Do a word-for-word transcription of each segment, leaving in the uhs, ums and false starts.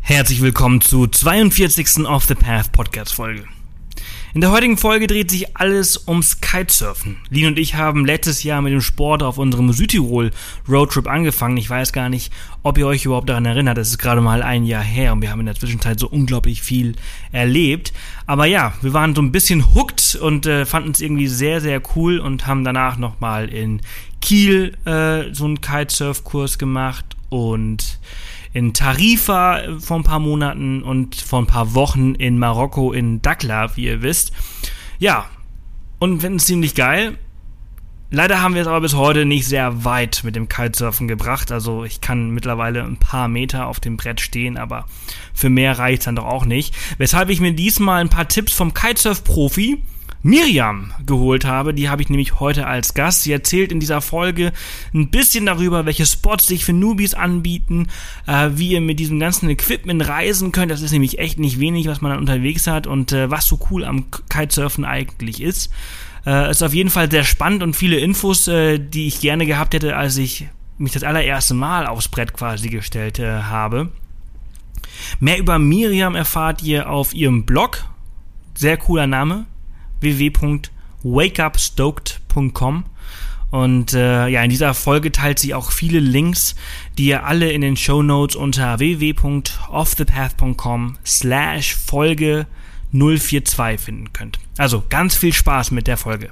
Herzlich willkommen zur zweiundvierzigsten Off the Path Podcast Folge. In der heutigen Folge dreht sich alles ums Kitesurfen. Lin und ich haben letztes Jahr mit dem Sport auf unserem Südtirol Roadtrip angefangen. Ich weiß gar nicht, ob ihr euch überhaupt daran erinnert. Das ist gerade mal ein Jahr her und wir haben in der Zwischenzeit so unglaublich viel erlebt. Aber ja, wir waren so ein bisschen hooked und äh, fanden es irgendwie sehr, sehr cool und haben danach nochmal in Kiel äh, so einen Kitesurf-Kurs gemacht und in Tarifa vor ein paar Monaten und vor ein paar Wochen in Marokko in Dakhla, wie ihr wisst. Ja, und finden es ziemlich geil. Leider haben wir es aber bis heute nicht sehr weit mit dem Kitesurfen gebracht. Also ich kann mittlerweile ein paar Meter auf dem Brett stehen, aber für mehr reicht es dann doch auch nicht. Weshalb ich mir diesmal ein paar Tipps vom Kitesurf-Profi Miriam geholt habe. Die habe ich nämlich heute als Gast. Sie erzählt in dieser Folge ein bisschen darüber, welche Spots sich für Newbies anbieten, äh, wie ihr mit diesem ganzen Equipment reisen könnt. Das ist nämlich echt nicht wenig, was man dann unterwegs hat und äh, was so cool am Kitesurfen eigentlich ist. Äh, ist auf jeden Fall sehr spannend und viele Infos, äh, die ich gerne gehabt hätte, als ich mich das allererste Mal aufs Brett quasi gestellt äh, habe. Mehr über Miriam erfahrt ihr auf ihrem Blog. Sehr cooler Name. w w w punkt wake up stoked punkt com und äh, ja, in dieser Folge teilt sie auch viele Links, die ihr alle in den Shownotes unter w w w punkt off the path punkt com slash Folge null vier zwei finden könnt. Also ganz viel Spaß mit der Folge.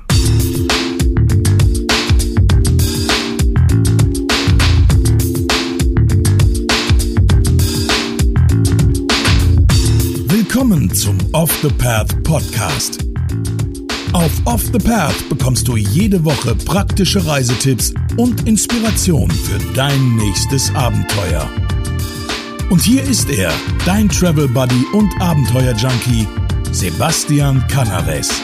Willkommen zum Off the Path Podcast. Auf Off the Path bekommst du jede Woche praktische Reisetipps und Inspiration für dein nächstes Abenteuer. Und hier ist er, dein Travel Buddy und Abenteuer-Junkie, Sebastian Canaves.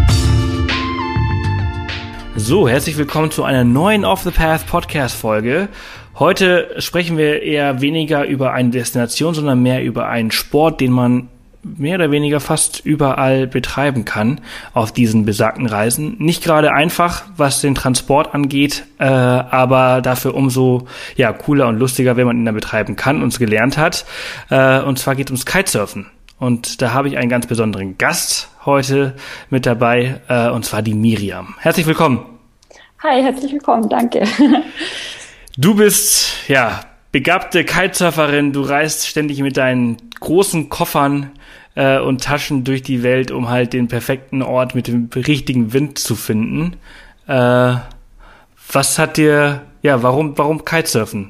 So, herzlich willkommen zu einer neuen Off the Path Podcast Folge. Heute sprechen wir eher weniger über eine Destination, sondern mehr über einen Sport, den man mehr oder weniger fast überall betreiben kann auf diesen besagten Reisen. Nicht gerade einfach, was den Transport angeht, äh, aber dafür umso ja cooler und lustiger, wenn man ihn dann betreiben kann und es gelernt hat. Äh, und zwar geht es ums Kitesurfen. Und da habe ich einen ganz besonderen Gast heute mit dabei, äh, und zwar die Miriam. Herzlich willkommen. Hi, herzlich willkommen, danke. Du bist, ja, begabte Kitesurferin. Du reist ständig mit deinen großen Koffern äh, und Taschen durch die Welt, um halt den perfekten Ort mit dem richtigen Wind zu finden. Äh, was hat dir, ja, warum, warum Kitesurfen?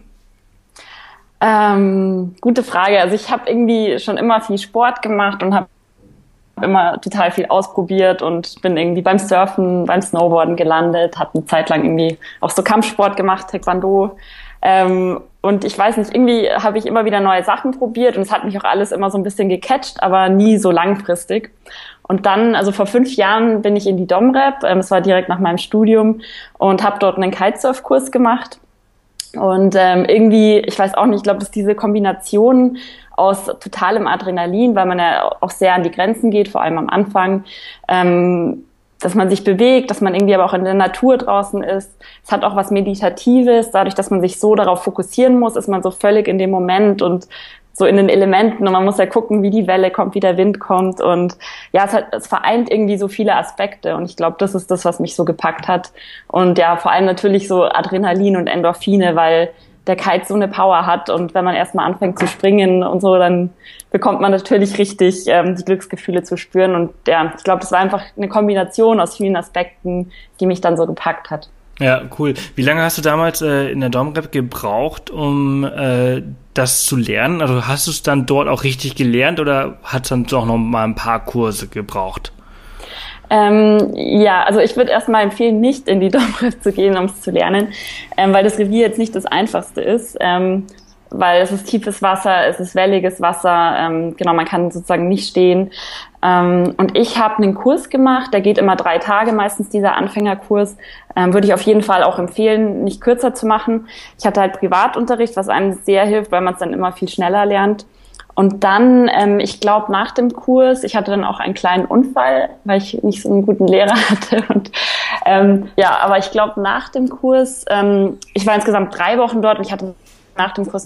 Ähm, gute Frage. Also ich habe irgendwie schon immer viel Sport gemacht und habe immer total viel ausprobiert und bin irgendwie beim Surfen, beim Snowboarden gelandet, habe eine Zeit lang irgendwie auch so Kampfsport gemacht, Taekwondo. Ähm, und ich weiß nicht, irgendwie habe ich immer wieder neue Sachen probiert und es hat mich auch alles immer so ein bisschen gecatcht, aber nie so langfristig. Und dann, also vor fünf Jahren bin ich in die Domrep, ähm, das war direkt nach meinem Studium, und habe dort einen Kitesurf-Kurs gemacht. Und ähm, irgendwie, ich weiß auch nicht, ich glaube, dass diese Kombination aus totalem Adrenalin, weil man ja auch sehr an die Grenzen geht, vor allem am Anfang, ähm, dass man sich bewegt, dass man irgendwie aber auch in der Natur draußen ist. Es hat auch was Meditatives, dadurch, dass man sich so darauf fokussieren muss, ist man so völlig in dem Moment und so in den Elementen und man muss ja gucken, wie die Welle kommt, wie der Wind kommt und ja, es hat, es vereint irgendwie so viele Aspekte und ich glaube, das ist das, was mich so gepackt hat und ja, vor allem natürlich so Adrenalin und Endorphine, weil der Kite so eine Power hat und wenn man erstmal anfängt zu springen und so, dann bekommt man natürlich richtig ähm, die Glücksgefühle zu spüren und ja, ich glaube, das war einfach eine Kombination aus vielen Aspekten, die mich dann so gepackt hat. Ja, cool. Wie lange hast du damals äh, in der Domrep gebraucht, um äh, das zu lernen? Also hast du es dann dort auch richtig gelernt oder hat es dann doch noch mal ein paar Kurse gebraucht? Ähm, ja, also ich würde erstmal empfehlen, nicht in die Domrep zu gehen, um es zu lernen, ähm, weil das Revier jetzt nicht das einfachste ist, ähm, weil es ist tiefes Wasser, es ist welliges Wasser, ähm, genau, man kann sozusagen nicht stehen. Ähm, und ich habe einen Kurs gemacht, der geht immer drei Tage, meistens dieser Anfängerkurs, ähm, würde ich auf jeden Fall auch empfehlen, nicht kürzer zu machen. Ich hatte halt Privatunterricht, was einem sehr hilft, weil man es dann immer viel schneller lernt. Und dann, ähm, ich glaube, nach dem Kurs, ich hatte dann auch einen kleinen Unfall, weil ich nicht so einen guten Lehrer hatte. Und ähm, ja, aber ich glaube, nach dem Kurs, ähm, ich war insgesamt drei Wochen dort und ich hatte nach dem Kurs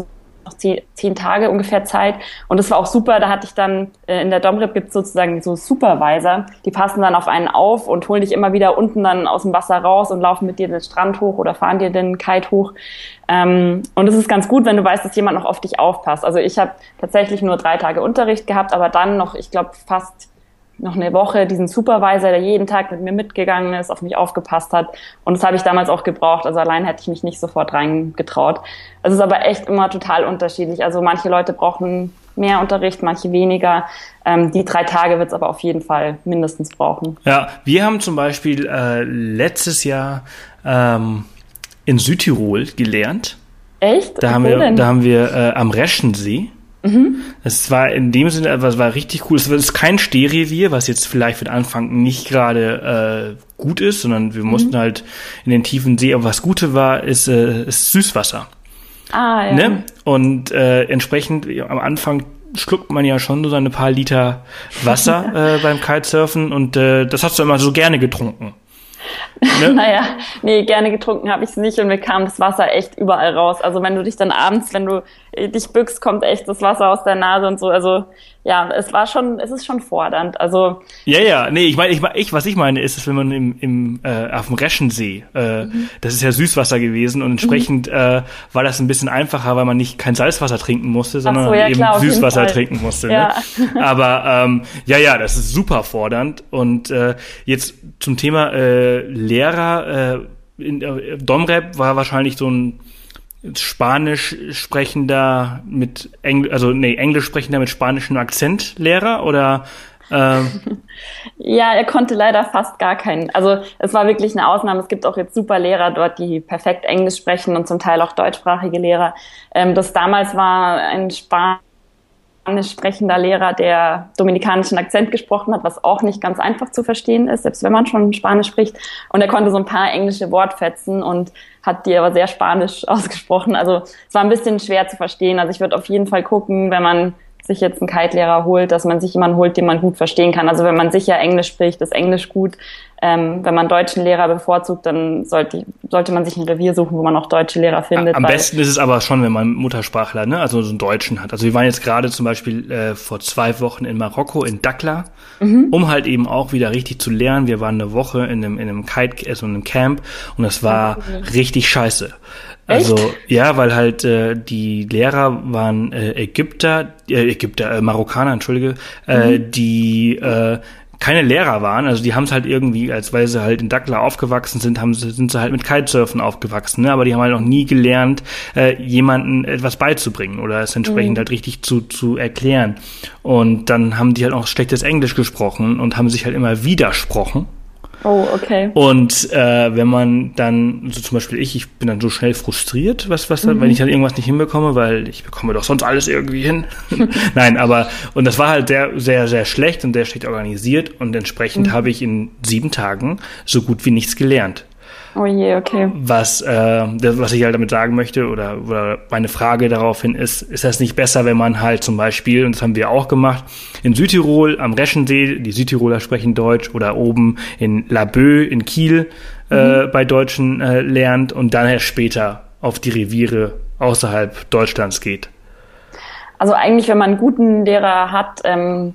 noch zehn, zehn Tage ungefähr Zeit. Und das war auch super. Da hatte ich dann, äh, in der Domrep gibt es sozusagen so Supervisor, die passen dann auf einen auf und holen dich immer wieder unten dann aus dem Wasser raus und laufen mit dir den Strand hoch oder fahren dir den Kite hoch. Ähm, und es ist ganz gut, wenn du weißt, dass jemand noch auf dich aufpasst. Also ich habe tatsächlich nur drei Tage Unterricht gehabt, aber dann noch, ich glaube, fast noch eine Woche diesen Supervisor, der jeden Tag mit mir mitgegangen ist, auf mich aufgepasst hat. Und das habe ich damals auch gebraucht. Also allein hätte ich mich nicht sofort reingetraut. Es ist aber echt immer total unterschiedlich. Also manche Leute brauchen mehr Unterricht, manche weniger. Ähm, die drei Tage wird es aber auf jeden Fall mindestens brauchen. Ja, wir haben zum Beispiel äh, letztes Jahr ähm, in Südtirol gelernt. Echt? Da haben wir, denn? da haben wir äh, am Reschensee. Mhm. Es war in dem Sinne, es war richtig cool. Es ist kein Stehrevier, was jetzt vielleicht für den Anfang nicht gerade äh, gut ist, sondern wir mhm. mussten halt in den tiefen See. Aber was Gute war, ist, äh, ist Süßwasser. Ah, ja. Ne? Und äh, entsprechend ja, am Anfang schluckt man ja schon so seine paar Liter Wasser äh, beim Kitesurfen und äh, das hast du immer so gerne getrunken. Ne? Naja, nee, gerne getrunken habe ich es nicht und mir kam das Wasser echt überall raus. Also wenn du dich dann abends, wenn du dich bückst, kommt echt das Wasser aus der Nase und so. Also ja, es war schon, es ist schon fordernd. Also ja, ja, nee, ich meine, ich, ich was ich meine ist, dass wenn man im, im äh, auf dem Reschensee, äh, mhm. das ist ja Süßwasser gewesen und entsprechend mhm. äh, war das ein bisschen einfacher, weil man nicht kein Salzwasser trinken musste, sondern so, ja, eben klar, Süßwasser trinken musste. Ja. Ne? Aber ähm, ja, ja, das ist super fordernd. Und äh, jetzt zum Thema äh, Lehrer, äh, in äh, Domrep war wahrscheinlich so ein Spanisch sprechender mit Engl- also nee, Englisch sprechender mit spanischem Akzent Lehrer oder ähm Ja, er konnte leider fast gar keinen. Also es war wirklich eine Ausnahme. Es gibt auch jetzt super Lehrer dort, die perfekt Englisch sprechen und zum Teil auch deutschsprachige Lehrer. Ähm, das damals war ein Spanisch sprechender Lehrer, der dominikanischen Akzent gesprochen hat, was auch nicht ganz einfach zu verstehen ist, selbst wenn man schon Spanisch spricht. Und er konnte so ein paar englische Wortfetzen und hat die aber sehr Spanisch ausgesprochen. Also es war ein bisschen schwer zu verstehen. Also ich würde auf jeden Fall gucken, wenn man sich jetzt einen Kite-Lehrer holt, dass man sich jemanden holt, den man gut verstehen kann. Also wenn man sicher Englisch spricht, ist Englisch gut. Ähm, wenn man deutschen Lehrer bevorzugt, dann sollte, sollte man sich ein Revier suchen, wo man auch deutsche Lehrer findet. Am besten ist es aber schon, wenn man Muttersprachler, ne, also so einen Deutschen hat. Also wir waren jetzt gerade zum Beispiel äh, vor zwei Wochen in Marokko, in Dakhla, mhm. um halt eben auch wieder richtig zu lernen. Wir waren eine Woche in einem, in einem Kite, also in einem Camp und das war okay. richtig scheiße. Also Echt? Ja, weil halt äh, die Lehrer waren äh, Ägypter, äh, Ägypter, äh, Marokkaner, entschuldige, äh, mhm. die äh, keine Lehrer waren, also die haben es halt irgendwie, als weil sie halt in Dakhla aufgewachsen sind, haben sie, sind sie halt mit Kitesurfen aufgewachsen, ne? Aber die haben halt noch nie gelernt, äh, jemanden etwas beizubringen oder es entsprechend mhm. halt richtig zu zu erklären. Und dann haben die halt auch schlechtes Englisch gesprochen und haben sich halt immer widersprochen. Oh, okay. Und äh, wenn man dann, so zum Beispiel ich, ich bin dann so schnell frustriert, was, was, mhm. wenn ich dann irgendwas nicht hinbekomme, weil ich bekomme doch sonst alles irgendwie hin. Nein, aber, und das war halt sehr, sehr, sehr schlecht und sehr schlecht organisiert und entsprechend mhm. habe ich in sieben Tagen so gut wie nichts gelernt. Oh je, okay. Was, äh, das, was ich halt damit sagen möchte oder, oder meine Frage daraufhin ist, ist das nicht besser, wenn man halt zum Beispiel, und das haben wir auch gemacht, in Südtirol am Reschensee, die Südtiroler sprechen Deutsch, oder oben in Laboe in Kiel äh, mhm. bei Deutschen äh, lernt und dann erst später auf die Reviere außerhalb Deutschlands geht? Also eigentlich, wenn man einen guten Lehrer hat, ähm,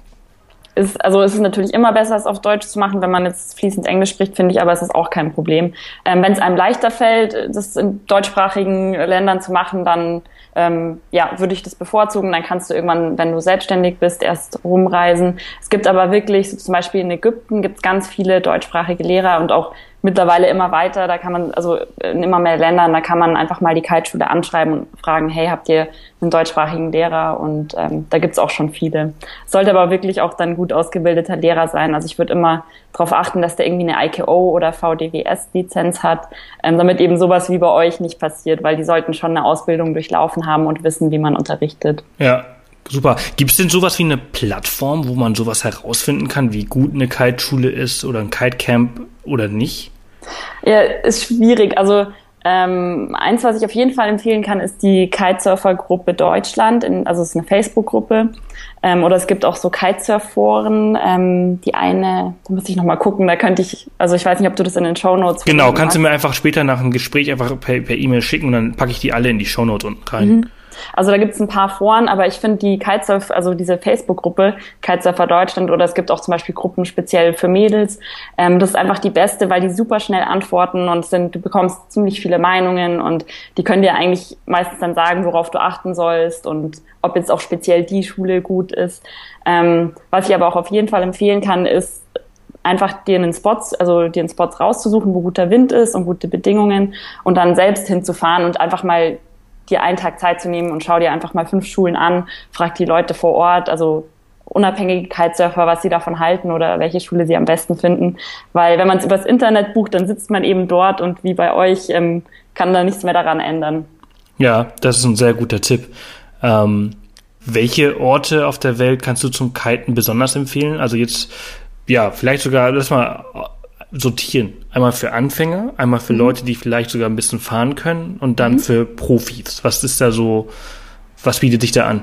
Ist, also es ist natürlich immer besser, es auf Deutsch zu machen, wenn man jetzt fließend Englisch spricht, finde ich, aber es ist auch kein Problem. Ähm, wenn es einem leichter fällt, das in deutschsprachigen Ländern zu machen, dann ähm, ja, würde ich das bevorzugen. Dann kannst du irgendwann, wenn du selbstständig bist, erst rumreisen. Es gibt aber wirklich, so zum Beispiel in Ägypten, gibt es ganz viele deutschsprachige Lehrer und auch mittlerweile immer weiter. Da kann man, also in immer mehr Ländern, da kann man einfach mal die Kiteschule anschreiben und fragen, hey, habt ihr einen deutschsprachigen Lehrer? Und ähm, da gibt's auch schon viele. Es sollte aber wirklich auch dann gut ausgebildeter Lehrer sein. Also ich würde immer darauf achten, dass der irgendwie eine I K O oder V D W S-Lizenz hat, ähm, damit eben sowas wie bei euch nicht passiert, weil die sollten schon eine Ausbildung durchlaufen haben und wissen, wie man unterrichtet. Ja. Super. Gibt es denn sowas wie eine Plattform, wo man sowas herausfinden kann, wie gut eine Kiteschule ist oder ein Kitecamp oder nicht? Ja, ist schwierig. Also ähm, eins, was ich auf jeden Fall empfehlen kann, ist die Kitesurfer-Gruppe Deutschland. In, also es ist eine Facebook-Gruppe. Ähm, oder es gibt auch so Kitesurf-Foren. Ähm, die eine, da muss ich nochmal gucken, da könnte ich, also ich weiß nicht, ob du das in den Shownotes Genau, kannst hast. Du mir einfach später nach dem Gespräch einfach per, per E-Mail schicken und dann packe ich die alle in die Shownotes unten rein. Mhm. Also da gibt es ein paar Foren, aber ich finde die Kitesurf, also diese Facebook-Gruppe Kitesurfer Deutschland, oder es gibt auch zum Beispiel Gruppen speziell für Mädels, ähm, das ist einfach die beste, weil die super schnell antworten und sind, du bekommst ziemlich viele Meinungen und die können dir eigentlich meistens dann sagen, worauf du achten sollst und ob jetzt auch speziell die Schule gut ist. Ähm, was ich aber auch auf jeden Fall empfehlen kann, ist einfach dir einen Spot, also dir einen Spot rauszusuchen, wo guter Wind ist und gute Bedingungen und dann selbst hinzufahren und einfach mal dir einen Tag Zeit zu nehmen und schau dir einfach mal fünf Schulen an, frag die Leute vor Ort, also unabhängige Kitesurfer, was sie davon halten oder welche Schule sie am besten finden. Weil wenn man es übers Internet bucht, dann sitzt man eben dort und wie bei euch ähm, kann da nichts mehr daran ändern. Ja, das ist ein sehr guter Tipp. Ähm, welche Orte auf der Welt kannst du zum Kiten besonders empfehlen? Also jetzt Ja, vielleicht sogar, lass mal sortieren. Einmal für Anfänger, einmal für mhm. Leute, die vielleicht sogar ein bisschen fahren können und dann mhm. für Profis. Was ist da so, was bietet sich da an?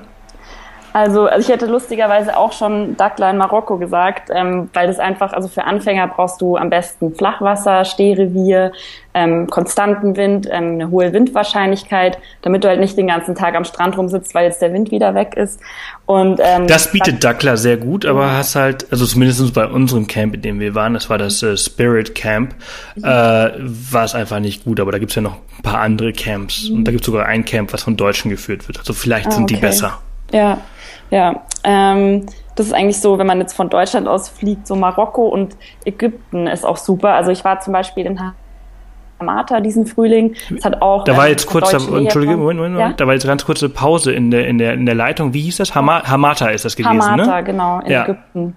Also, also ich hätte lustigerweise auch schon Dakhla in Marokko gesagt, ähm, weil das einfach, also für Anfänger brauchst du am besten Flachwasser, Stehrevier, ähm, konstanten Wind, ähm, eine hohe Windwahrscheinlichkeit, damit du halt nicht den ganzen Tag am Strand rumsitzt, weil jetzt der Wind wieder weg ist. Und ähm, das bietet Dakhla sehr gut, aber ja. hast halt, also zumindest bei unserem Camp, in dem wir waren, das war das äh, Spirit Camp, mhm. äh, war es einfach nicht gut, aber da gibt's ja noch ein paar andere Camps mhm. und da gibt's sogar ein Camp, was von Deutschen geführt wird, also vielleicht ah, sind okay. die besser. Ja, ja. Ähm, das ist eigentlich so, wenn man jetzt von Deutschland aus fliegt, so Marokko und Ägypten ist auch super. Also ich war zum Beispiel in Hamata diesen Frühling. Das hat auch. Da war jetzt kurz, da, Entschuldige, Moment, Moment, Moment. Ja? Da war jetzt ganz kurze Pause in der in der in der Leitung. Wie hieß das? Hama, Hamata ist das gewesen, Hamata, ne? Hamata, genau, in ja. Ägypten.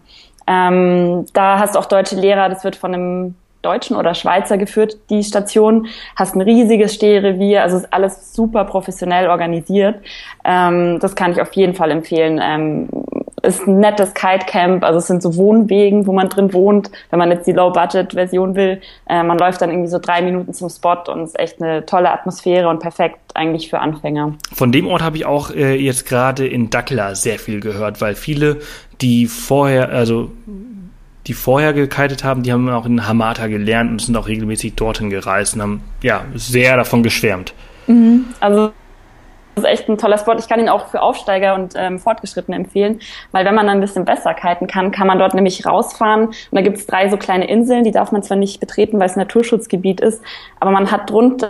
Ähm, da hast du auch deutsche Lehrer. Das wird von einem Deutschen oder Schweizer geführt, die Station. Hast ein riesiges Stehrevier, also ist alles super professionell organisiert. Ähm, das kann ich auf jeden Fall empfehlen. Ähm, ist ein nettes Kitecamp, also es sind so Wohnwegen, wo man drin wohnt, wenn man jetzt die Low-Budget-Version will. Äh, man läuft dann irgendwie so drei Minuten zum Spot und es ist echt eine tolle Atmosphäre und perfekt eigentlich für Anfänger. Von dem Ort habe ich auch äh, jetzt gerade in Dakhla sehr viel gehört, weil viele, die vorher, also die vorher gekitet haben, die haben auch in Hamata gelernt und sind auch regelmäßig dorthin gereist und haben ja sehr davon geschwärmt. Mhm. Also das ist echt ein toller Spot. Ich kann ihn auch für Aufsteiger und ähm, Fortgeschrittene empfehlen, weil wenn man dann ein bisschen besser kiten kann, kann man dort nämlich rausfahren und da gibt es drei so kleine Inseln, die darf man zwar nicht betreten, weil es ein Naturschutzgebiet ist, aber man hat drunter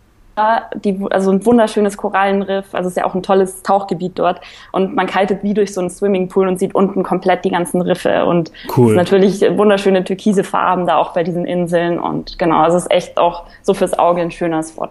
Die, also ein wunderschönes Korallenriff, also es ist ja auch ein tolles Tauchgebiet dort und man kitet wie durch so einen Swimmingpool und sieht unten komplett die ganzen Riffe und cool. Es ist natürlich wunderschöne türkise Farben da auch bei diesen Inseln und genau, also es ist echt auch so fürs Auge ein schöner Spot.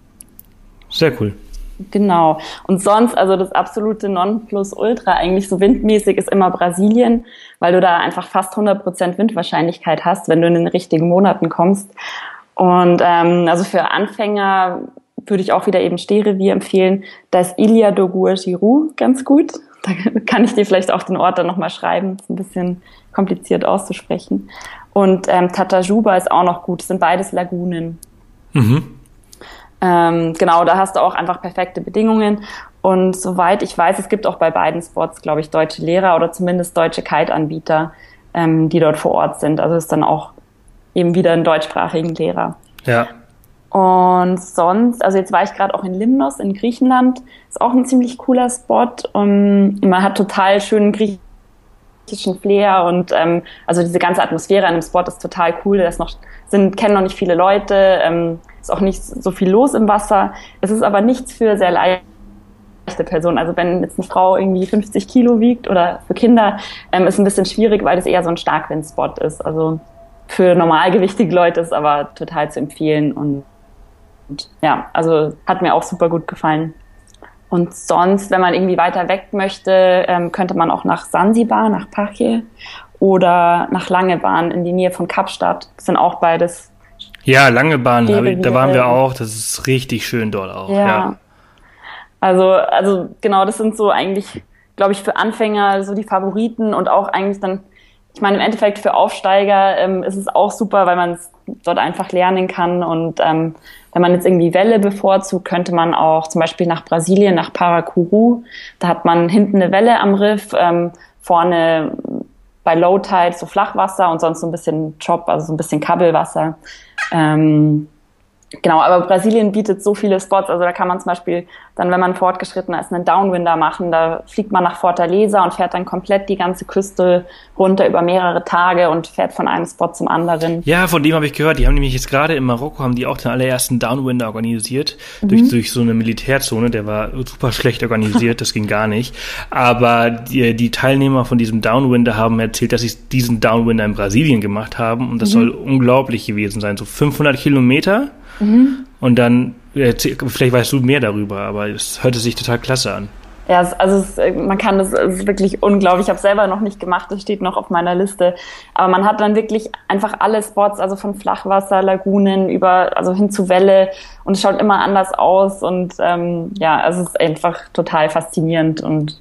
Sehr cool. Genau. Und sonst, also das absolute Nonplusultra eigentlich so windmäßig ist immer Brasilien, weil du da einfach fast hundert Prozent Windwahrscheinlichkeit hast, wenn du in den richtigen Monaten kommst. Und ähm, also für Anfänger würde ich auch wieder eben Stehrevier empfehlen. Da ist Ilha do Guajiru ganz gut. Da kann ich dir vielleicht auch den Ort dann nochmal schreiben. Ist ein bisschen kompliziert auszusprechen. Und ähm, Tatajuba ist auch noch gut. Das sind beides Lagunen. Mhm. Ähm, genau, da hast du auch einfach perfekte Bedingungen. Und soweit ich weiß, es gibt auch bei beiden Spots, glaube ich, deutsche Lehrer oder zumindest deutsche Kite-Anbieter, ähm, die dort vor Ort sind. Also ist dann auch eben wieder einen deutschsprachigen Lehrer. Ja. Und sonst, also jetzt war ich gerade auch in Limnos in Griechenland, ist auch ein ziemlich cooler Spot. Um, man hat total schönen griechischen Flair und ähm, also diese ganze Atmosphäre an dem Spot ist total cool. Das noch sind kennen noch nicht viele Leute, ähm, ist auch nicht so viel los im Wasser. Es ist aber nichts für sehr leichte Personen. Also wenn jetzt eine Frau irgendwie fünfzig Kilo wiegt oder für Kinder, ähm, ist ein bisschen schwierig, weil das eher so ein Starkwindspot ist. Also für normalgewichtige Leute ist aber total zu empfehlen und, und ja, also hat mir auch super gut gefallen. Und sonst, wenn man irgendwie weiter weg möchte, ähm, könnte man auch nach Sansibar, nach Pache oder nach Langebahn in die Nähe von Kapstadt. Das sind auch beides. Ja, Langebahn, ich, da waren wir auch. Das ist richtig schön dort auch. Ja. ja. Also, also genau, das sind so eigentlich, glaube ich, für Anfänger so die Favoriten und auch eigentlich dann. Ich meine, im Endeffekt für Aufsteiger ähm, ist es auch super, weil man es dort einfach lernen kann. Und ähm, wenn man jetzt irgendwie Welle bevorzugt, könnte man auch zum Beispiel nach Brasilien, nach Paracuru. Da hat man hinten eine Welle am Riff, ähm, vorne bei Low Tide so Flachwasser und sonst so ein bisschen Chop, also so ein bisschen Kabelwasser. Ähm, Genau, aber Brasilien bietet so viele Spots, also da kann man zum Beispiel dann, wenn man fortgeschrittener ist, einen Downwinder machen, da fliegt man nach Fortaleza und fährt dann komplett die ganze Küste runter über mehrere Tage und fährt von einem Spot zum anderen. Ja, von dem habe ich gehört, die haben nämlich jetzt gerade in Marokko, haben die auch den allerersten Downwinder organisiert, mhm. durch, durch so eine Militärzone, der war super schlecht organisiert, das ging gar nicht, aber die, die Teilnehmer von diesem Downwinder haben erzählt, dass sie diesen Downwinder in Brasilien gemacht haben und das mhm. soll unglaublich gewesen sein, so fünfhundert Kilometer. Mhm. Und dann, vielleicht weißt du mehr darüber, aber es hörte sich total klasse an. Ja, also es, man kann das, es ist wirklich unglaublich. Ich habe es selber noch nicht gemacht, das steht noch auf meiner Liste. Aber man hat dann wirklich einfach alle Spots, also von Flachwasser, Lagunen über, also hin zu Welle und es schaut immer anders aus und ähm, ja, also es ist einfach total faszinierend und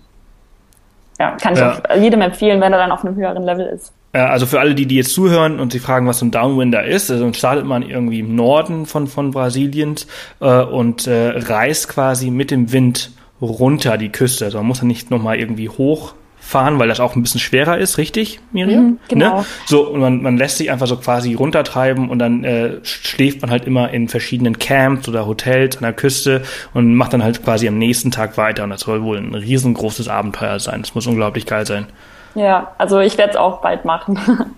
ja, kann ich ja. auch jedem empfehlen, wenn er dann auf einem höheren Level ist. Ja, also für alle, die, die jetzt zuhören und sich fragen, was so ein Downwinder ist, also startet man irgendwie im Norden von, von Brasiliens äh, und äh, reist quasi mit dem Wind runter die Küste. Also man muss dann nicht nochmal irgendwie hochfahren, weil das auch ein bisschen schwerer ist, richtig, Miriam? Mhm, genau. Ne? So, und man, man lässt sich einfach so quasi runtertreiben und dann äh, schläft man halt immer in verschiedenen Camps oder Hotels an der Küste und macht dann halt quasi am nächsten Tag weiter. Und das soll wohl ein riesengroßes Abenteuer sein. Das muss unglaublich geil sein. Ja, also ich werde es auch bald machen.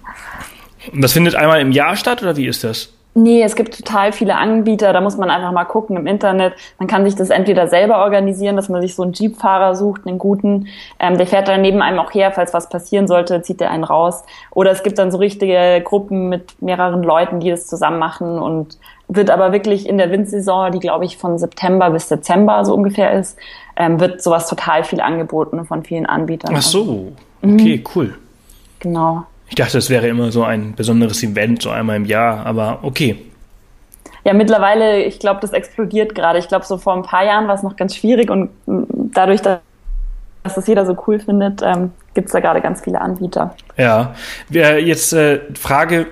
Und das findet einmal im Jahr statt, oder wie ist das? Nee, es gibt total viele Anbieter, da muss man einfach mal gucken im Internet. Man kann sich das entweder selber organisieren, dass man sich so einen Jeep-Fahrer sucht, einen guten. Ähm, der fährt dann neben einem auch her, falls was passieren sollte, zieht der einen raus. Oder es gibt dann so richtige Gruppen mit mehreren Leuten, die das zusammen machen und wird aber wirklich in der Windsaison, die glaube ich von September bis Dezember so ungefähr ist, ähm, wird sowas total viel angeboten von vielen Anbietern. Ach so, okay, mhm. cool. Genau. Ich dachte, es wäre immer so ein besonderes Event, so einmal im Jahr, aber okay. Ja, mittlerweile, ich glaube, das explodiert gerade. Ich glaube, so vor ein paar Jahren war es noch ganz schwierig und dadurch, dass das jeder so cool findet, ähm, gibt es da gerade ganz viele Anbieter. Ja, jetzt äh, Frage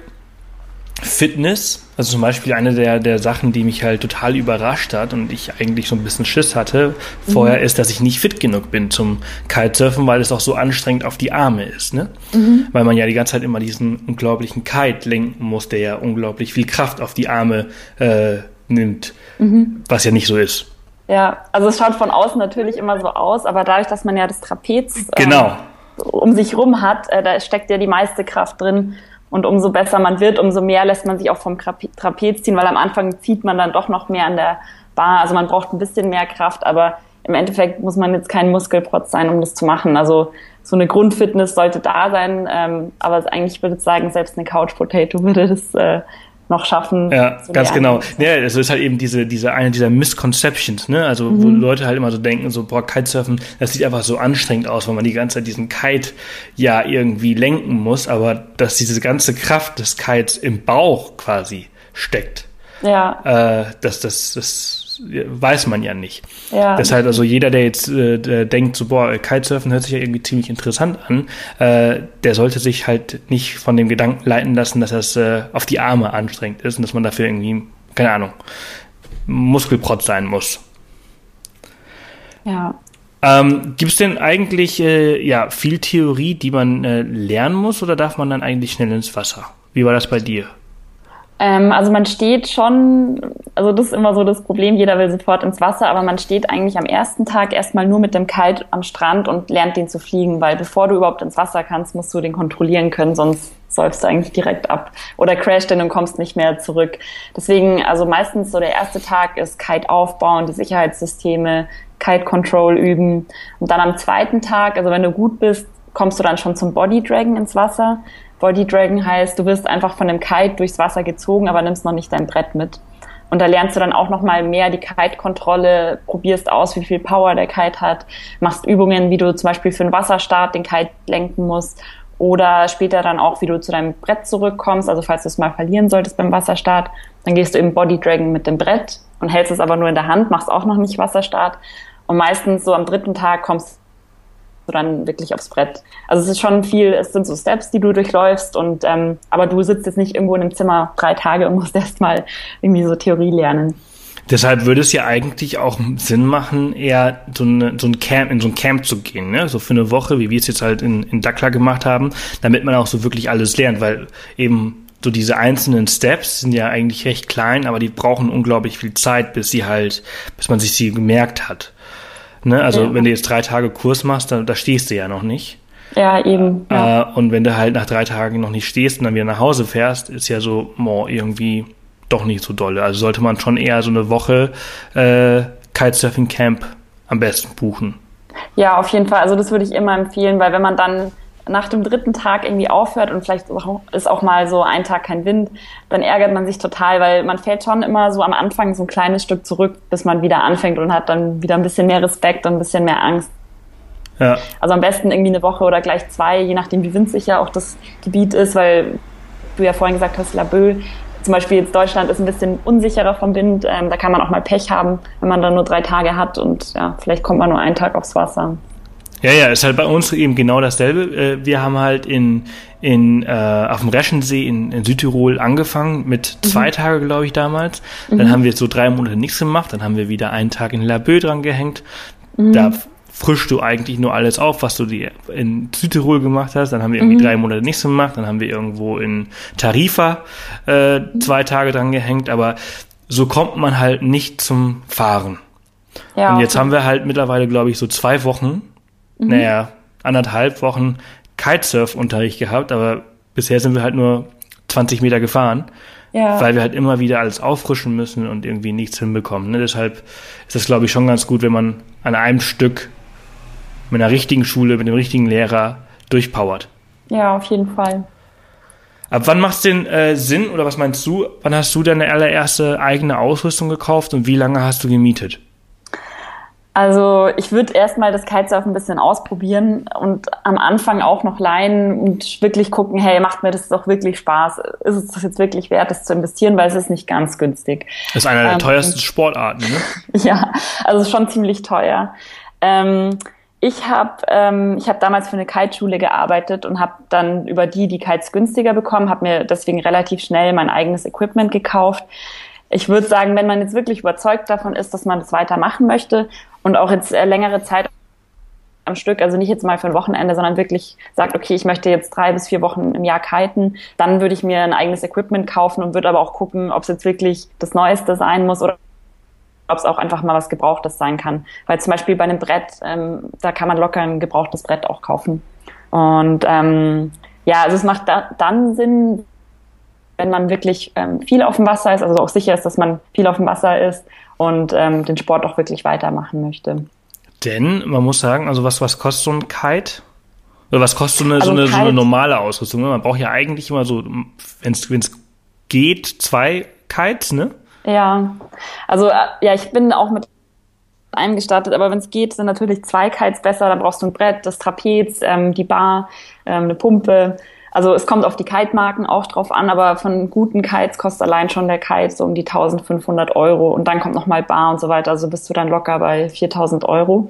Fitness, also zum Beispiel eine der, der Sachen, die mich halt total überrascht hat und ich eigentlich so ein bisschen Schiss hatte vorher, mhm. ist, dass ich nicht fit genug bin zum Kitesurfen, weil es auch so anstrengend auf die Arme ist, ne? Mhm. Weil man ja die ganze Zeit immer diesen unglaublichen Kite lenken muss, der ja unglaublich viel Kraft auf die Arme äh, nimmt, mhm. was ja nicht so ist. Ja, also es schaut von außen natürlich immer so aus, aber dadurch, dass man ja das Trapez genau. äh, um sich rum hat, äh, da steckt ja die meiste Kraft drin. Und umso besser man wird, umso mehr lässt man sich auch vom Trapez ziehen, weil am Anfang zieht man dann doch noch mehr an der Bar. Also man braucht ein bisschen mehr Kraft, aber im Endeffekt muss man jetzt kein Muskelprotz sein, um das zu machen. Also so eine Grundfitness sollte da sein, ähm, aber eigentlich würde ich sagen, selbst eine Couch Potato würde das äh, noch schaffen. Ja, ganz genau. Ja, es ist halt eben diese, diese eine dieser Misconceptions, ne? Also, mhm. wo Leute halt immer so denken, so, boah, Kitesurfen, das sieht einfach so anstrengend aus, weil man die ganze Zeit diesen Kite ja irgendwie lenken muss, aber dass diese ganze Kraft des Kites im Bauch quasi steckt. Ja. Äh, das, das, das weiß man ja nicht. Ja. Deshalb, also jeder, der jetzt äh, denkt, so, boah, Kitesurfen hört sich ja irgendwie ziemlich interessant an, äh, der sollte sich halt nicht von dem Gedanken leiten lassen, dass das äh, auf die Arme anstrengend ist und dass man dafür irgendwie, keine Ahnung, Muskelprotz sein muss. Ja. Ähm, gibt es denn eigentlich äh, ja, viel Theorie, die man äh, lernen muss, oder darf man dann eigentlich schnell ins Wasser? Wie war das bei dir? Ähm, also man steht schon, also das ist immer so das Problem, jeder will sofort ins Wasser, aber man steht eigentlich am ersten Tag erstmal nur mit dem Kite am Strand und lernt den zu fliegen, weil bevor du überhaupt ins Wasser kannst, musst du den kontrollieren können, sonst säufst du eigentlich direkt ab oder crasht den und kommst nicht mehr zurück. Deswegen, also meistens so der erste Tag ist Kite aufbauen, die Sicherheitssysteme, Kite Control üben und dann am zweiten Tag, also wenn du gut bist, kommst du dann schon zum Body Dragon ins Wasser. Body Dragon heißt, du wirst einfach von dem Kite durchs Wasser gezogen, aber nimmst noch nicht dein Brett mit. Und da lernst du dann auch nochmal mehr die Kite-Kontrolle, probierst aus, wie viel Power der Kite hat, machst Übungen, wie du zum Beispiel für einen Wasserstart den Kite lenken musst oder später dann auch, wie du zu deinem Brett zurückkommst. Also falls du es mal verlieren solltest beim Wasserstart, dann gehst du im Body Dragon mit dem Brett und hältst es aber nur in der Hand, machst auch noch nicht Wasserstart. Und meistens so am dritten Tag kommst du dann wirklich aufs Brett. Also es ist schon viel, es sind so Steps, die du durchläufst und ähm, aber du sitzt jetzt nicht irgendwo in einem Zimmer drei Tage und musst erst mal irgendwie so Theorie lernen. Deshalb würde es ja eigentlich auch Sinn machen, eher so, eine, so ein Camp, in so ein Camp zu gehen, ne? So für eine Woche, wie wir es jetzt halt in, in Dakar gemacht haben, damit man auch so wirklich alles lernt, weil eben so diese einzelnen Steps sind ja eigentlich recht klein, aber die brauchen unglaublich viel Zeit, bis sie halt, bis man sich sie gemerkt hat. Ne? Also ja. wenn du jetzt drei Tage Kurs machst, dann da stehst du ja noch nicht. Ja, eben. Ja. Äh, und wenn du halt nach drei Tagen noch nicht stehst und dann wieder nach Hause fährst, ist ja so, boah, irgendwie doch nicht so dolle. Also sollte man schon eher so eine Woche äh, Kitesurfing-Camp am besten buchen. Ja, auf jeden Fall. Also das würde ich immer empfehlen, weil wenn man dann nach dem dritten Tag irgendwie aufhört und vielleicht ist auch mal so ein Tag kein Wind, dann ärgert man sich total, weil man fällt schon immer so am Anfang so ein kleines Stück zurück, bis man wieder anfängt und hat dann wieder ein bisschen mehr Respekt und ein bisschen mehr Angst. Ja. Also am besten irgendwie eine Woche oder gleich zwei, je nachdem wie windsicher auch das Gebiet ist, weil du ja vorhin gesagt hast, Laboe, zum Beispiel jetzt Deutschland ist ein bisschen unsicherer vom Wind, ähm, da kann man auch mal Pech haben, wenn man dann nur drei Tage hat und ja, vielleicht kommt man nur einen Tag aufs Wasser. Ja, ja, ist halt bei uns eben genau dasselbe. Wir haben halt in, in, äh, auf dem Reschensee in, in Südtirol angefangen mit mhm. zwei Tage, glaube ich, damals. Mhm. Dann haben wir so drei Monate nichts gemacht. Dann haben wir wieder einen Tag in Laboe dran gehängt. Mhm. Da frischst du eigentlich nur alles auf, was du dir in Südtirol gemacht hast. Dann haben wir irgendwie mhm. drei Monate nichts gemacht. Dann haben wir irgendwo in Tarifa äh, zwei Tage dran gehängt. Aber so kommt man halt nicht zum Fahren. Ja, und jetzt okay. haben wir halt mittlerweile, glaube ich, so zwei Wochen Mhm. naja, anderthalb Wochen Kitesurf-Unterricht gehabt, aber bisher sind wir halt nur zwanzig Meter gefahren, ja. weil wir halt immer wieder alles auffrischen müssen und irgendwie nichts hinbekommen. Ne? Deshalb ist das, glaube ich, schon ganz gut, wenn man an einem Stück mit einer richtigen Schule, mit dem richtigen Lehrer durchpowert. Ja, auf jeden Fall. Ab wann macht es denn äh, Sinn, oder was meinst du, wann hast du deine allererste eigene Ausrüstung gekauft und wie lange hast du gemietet? Also ich würde erstmal das Kitesurfen ein bisschen ausprobieren und am Anfang auch noch leihen und wirklich gucken, hey, macht mir das doch wirklich Spaß? Ist es das jetzt wirklich wert, das zu investieren? Weil es ist nicht ganz günstig. Das ist einer der ähm, teuersten Sportarten, ne? Ja, also schon ziemlich teuer. Ähm, ich habe ähm, ich hab damals für eine Kiteschule gearbeitet und habe dann über die die Kites günstiger bekommen, habe mir deswegen relativ schnell mein eigenes Equipment gekauft. Ich würde sagen, wenn man jetzt wirklich überzeugt davon ist, dass man das weitermachen möchte und auch jetzt äh, längere Zeit am Stück, also nicht jetzt mal für ein Wochenende, sondern wirklich sagt, okay, ich möchte jetzt drei bis vier Wochen im Jahr kiten, dann würde ich mir ein eigenes Equipment kaufen und würde aber auch gucken, ob es jetzt wirklich das Neueste sein muss oder ob es auch einfach mal was Gebrauchtes sein kann. Weil zum Beispiel bei einem Brett, ähm, da kann man locker ein gebrauchtes Brett auch kaufen. Und ähm, ja, also es macht da, dann Sinn, wenn man wirklich ähm, viel auf dem Wasser ist, also auch sicher ist, dass man viel auf dem Wasser ist und ähm, den Sport auch wirklich weitermachen möchte. Denn man muss sagen, also was, was kostet so ein Kite? Oder was kostet so eine, also so eine, Kite, so eine normale Ausrüstung? Man braucht ja eigentlich immer so, wenn es geht, zwei Kites, ne? Ja, also ja, ich bin auch mit einem gestartet, aber wenn es geht, sind natürlich zwei Kites besser. Dann brauchst du ein Brett, das Trapez, ähm, die Bar, ähm, eine Pumpe. Also es kommt auf die Kite-Marken auch drauf an, aber von guten Kites kostet allein schon der Kite so um die eintausendfünfhundert Euro und dann kommt nochmal Bar und so weiter, also bist du dann locker bei viertausend Euro.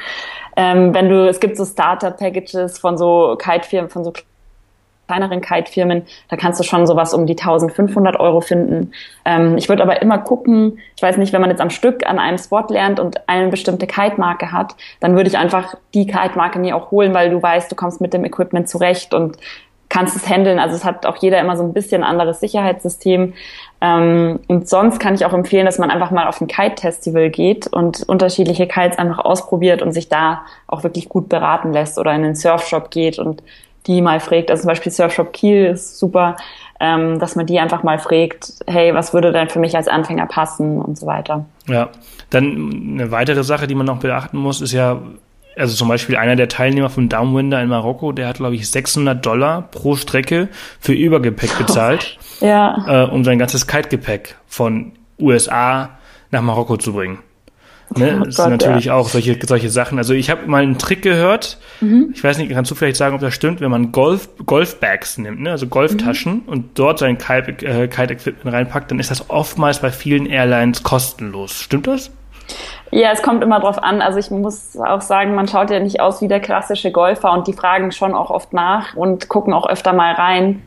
ähm, wenn du, es gibt so Starter-Packages von so Kite-Firmen, von so kleineren Kite-Firmen, da kannst du schon sowas um die eintausendfünfhundert Euro finden. Ähm, ich würde aber immer gucken, ich weiß nicht, wenn man jetzt am Stück an einem Spot lernt und eine bestimmte Kite-Marke hat, dann würde ich einfach die Kite-Marke mir auch holen, weil du weißt, du kommst mit dem Equipment zurecht und kannst es handeln. Also es hat auch jeder immer so ein bisschen anderes Sicherheitssystem. Ähm, und sonst kann ich auch empfehlen, dass man einfach mal auf ein Kite-Festival geht und unterschiedliche Kites einfach ausprobiert und sich da auch wirklich gut beraten lässt oder in den Surfshop geht und die mal fragt. Also zum Beispiel Surfshop Kiel ist super, ähm, dass man die einfach mal fragt, hey, was würde denn für mich als Anfänger passen und so weiter. Ja, dann eine weitere Sache, die man noch beachten muss, ist ja, also zum Beispiel einer der Teilnehmer von Downwinder in Marokko, der hat, glaube ich, sechshundert Dollar pro Strecke für Übergepäck bezahlt, ja. äh, um sein ganzes Kite-Gepäck von U S A nach Marokko zu bringen. Ne? Oh das Gott, sind natürlich ja. auch solche, solche Sachen. Also ich habe mal einen Trick gehört, mhm. ich weiß nicht, kannst du vielleicht sagen, ob das stimmt, wenn man Golf, Golfbags nimmt, ne? Also Golftaschen mhm. und dort sein Kite, äh, Kite-Equipment reinpackt, dann ist das oftmals bei vielen Airlines kostenlos. Stimmt das? Ja, es kommt immer drauf an. Also ich muss auch sagen, man schaut ja nicht aus wie der klassische Golfer und die fragen schon auch oft nach und gucken auch öfter mal rein.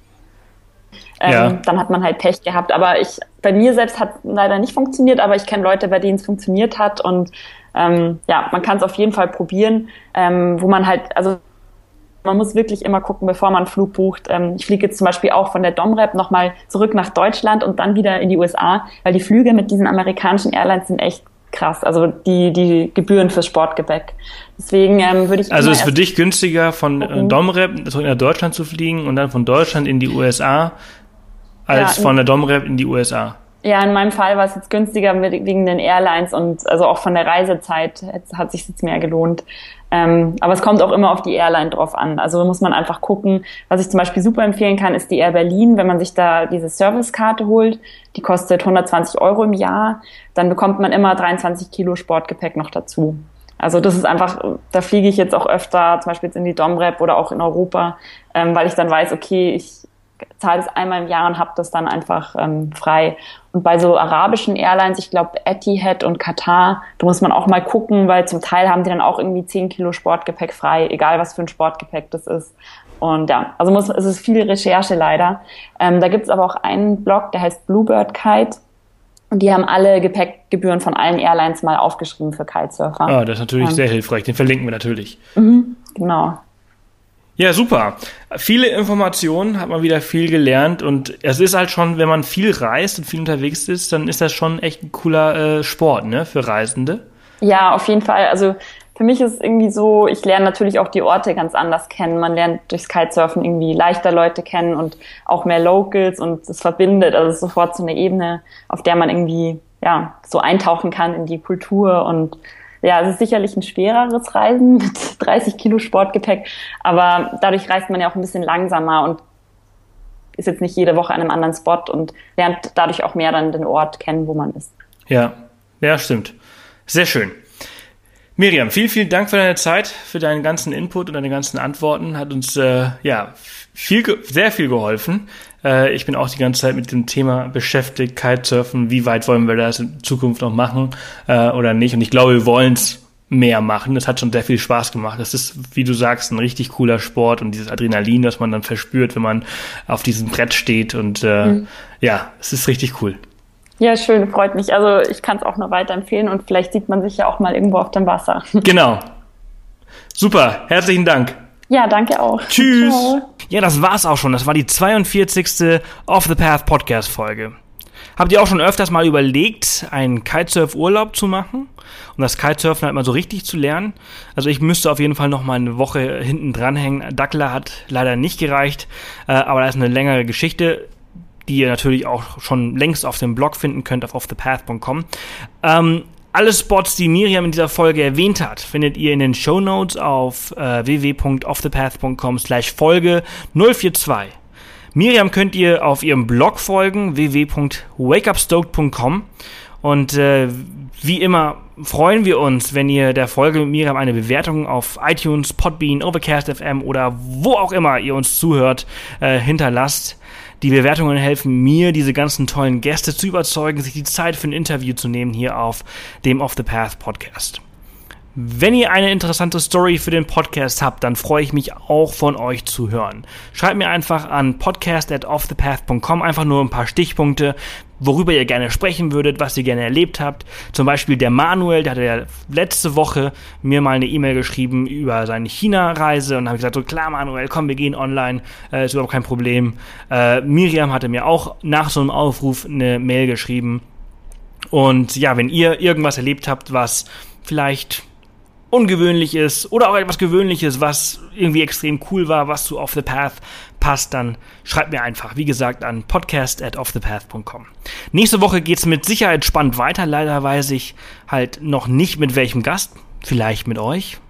Ähm, ja. Dann hat man halt Pech gehabt. Aber ich, bei mir selbst hat leider nicht funktioniert, aber ich kenne Leute, bei denen es funktioniert hat und ähm, ja, man kann es auf jeden Fall probieren, ähm, wo man halt, also man muss wirklich immer gucken, bevor man einen Flug bucht. Ähm, ich fliege jetzt zum Beispiel auch von der Domrep nochmal zurück nach Deutschland und dann wieder in die U S A, weil die Flüge mit diesen amerikanischen Airlines sind echt krass. Also die, die Gebühren fürs Sportgepäck. Deswegen ähm, würde ich Also ist für dich günstiger, von äh, Domrep zurück nach Deutschland zu fliegen und dann von Deutschland in die U S A, als ja, von der Domrep in die U S A? Ja, in meinem Fall war es jetzt günstiger wegen den Airlines und also auch von der Reisezeit hat sich jetzt mehr gelohnt. Ähm, aber es kommt auch immer auf die Airline drauf an. Also muss man einfach gucken. Was ich zum Beispiel super empfehlen kann, ist die Air Berlin. Wenn man sich da diese Servicekarte holt, die kostet hundertzwanzig Euro im Jahr, dann bekommt man immer dreiundzwanzig Kilo Sportgepäck noch dazu. Also das ist einfach, da fliege ich jetzt auch öfter, zum Beispiel jetzt in die Domrep oder auch in Europa, ähm, weil ich dann weiß, okay, ich zahle es einmal im Jahr und habe das dann einfach ähm, frei. Und bei so arabischen Airlines, ich glaube Etihad und Katar, da muss man auch mal gucken, weil zum Teil haben die dann auch irgendwie zehn Kilo Sportgepäck frei, egal was für ein Sportgepäck das ist. Und ja, also muss, es ist viel Recherche leider. Ähm, da gibt es aber auch einen Blog, der heißt Bluebird Kite. Und die haben alle Gepäckgebühren von allen Airlines mal aufgeschrieben für Kitesurfer. Ah, das ist natürlich ähm. sehr hilfreich. Den verlinken wir natürlich. Mhm, genau. Ja, super. Viele Informationen, hat man wieder viel gelernt und es ist halt schon, wenn man viel reist und viel unterwegs ist, dann ist das schon echt ein cooler äh, Sport, ne, für Reisende. Ja, auf jeden Fall. Also für mich ist es irgendwie so, ich lerne natürlich auch die Orte ganz anders kennen. Man lernt durchs Kitesurfen irgendwie leichter Leute kennen und auch mehr Locals und es verbindet, also es ist sofort so eine Ebene, auf der man irgendwie, ja, so eintauchen kann in die Kultur und ja, es ist sicherlich ein schwereres Reisen mit dreißig Kilo Sportgepäck, aber dadurch reist man ja auch ein bisschen langsamer und ist jetzt nicht jede Woche an einem anderen Spot und lernt dadurch auch mehr dann den Ort kennen, wo man ist. Ja, ja, stimmt. Sehr schön. Miriam, vielen, vielen Dank für deine Zeit, für deinen ganzen Input und deine ganzen Antworten. Hat uns äh, ja viel, sehr viel geholfen. Äh, ich bin auch die ganze Zeit mit dem Thema beschäftigt, Kitesurfen. Wie weit wollen wir das in Zukunft noch machen äh, oder nicht? Und ich glaube, wir wollen es mehr machen. Das hat schon sehr viel Spaß gemacht. Das ist, wie du sagst, ein richtig cooler Sport und dieses Adrenalin, das man dann verspürt, wenn man auf diesem Brett steht. Und äh, mhm. ja, es ist richtig cool. Ja, schön, freut mich. Also ich kann es auch nur weiterempfehlen und vielleicht sieht man sich ja auch mal irgendwo auf dem Wasser. Genau. Super, herzlichen Dank. Ja, danke auch. Tschüss. Ciao. Ja, das war's auch schon. Das war die zweiundvierzigste Off the Path Podcast Folge. Habt ihr auch schon öfters mal überlegt, einen Kitesurf-Urlaub zu machen und das Kitesurfen halt mal so richtig zu lernen? Also ich müsste auf jeden Fall noch mal eine Woche hinten dranhängen. Dackler hat leider nicht gereicht, aber da ist eine längere Geschichte, die ihr natürlich auch schon längst auf dem Blog finden könnt, auf off the path dot com. Ähm, alle Spots, die Miriam in dieser Folge erwähnt hat, findet ihr in den Shownotes auf äh, w w w punkt off the path dot com slash Folge null vier zwei. Miriam könnt ihr auf ihrem Blog folgen, w w w punkt wake up stoked punkt com. Und äh, wie immer freuen wir uns, wenn ihr der Folge mit Miriam eine Bewertung auf iTunes, Podbean, Overcast F M oder wo auch immer ihr uns zuhört, äh, hinterlasst. Die Bewertungen helfen mir, diese ganzen tollen Gäste zu überzeugen, sich die Zeit für ein Interview zu nehmen hier auf dem Off the Path Podcast. Wenn ihr eine interessante Story für den Podcast habt, dann freue ich mich auch von euch zu hören. Schreibt mir einfach an podcast at off the path dot com einfach nur ein paar Stichpunkte, worüber ihr gerne sprechen würdet, was ihr gerne erlebt habt. Zum Beispiel der Manuel, der hatte ja letzte Woche mir mal eine E-Mail geschrieben über seine China-Reise und habe gesagt, so klar Manuel, komm, wir gehen online, äh, ist überhaupt kein Problem. Äh, Miriam hatte mir auch nach so einem Aufruf eine Mail geschrieben. Und ja, wenn ihr irgendwas erlebt habt, was vielleicht ungewöhnlich ist oder auch etwas Gewöhnliches, was irgendwie extrem cool war, was zu Off the Path passt, dann schreibt mir einfach, wie gesagt, an podcast at off the path dot com. Nächste Woche geht's mit Sicherheit spannend weiter. Leider weiß ich halt noch nicht mit welchem Gast. Vielleicht mit euch.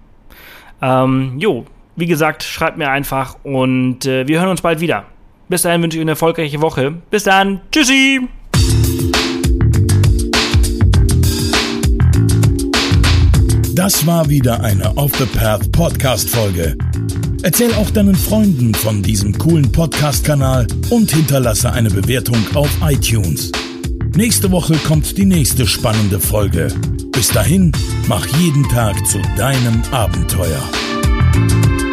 Ähm, jo, wie gesagt, schreibt mir einfach und äh, wir hören uns bald wieder. Bis dahin wünsche ich euch eine erfolgreiche Woche. Bis dann. Tschüssi! Das war wieder eine Off the Path Podcast Folge. Erzähl auch deinen Freunden von diesem coolen Podcast-Kanal und hinterlasse eine Bewertung auf iTunes. Nächste Woche kommt die nächste spannende Folge. Bis dahin, mach jeden Tag zu deinem Abenteuer.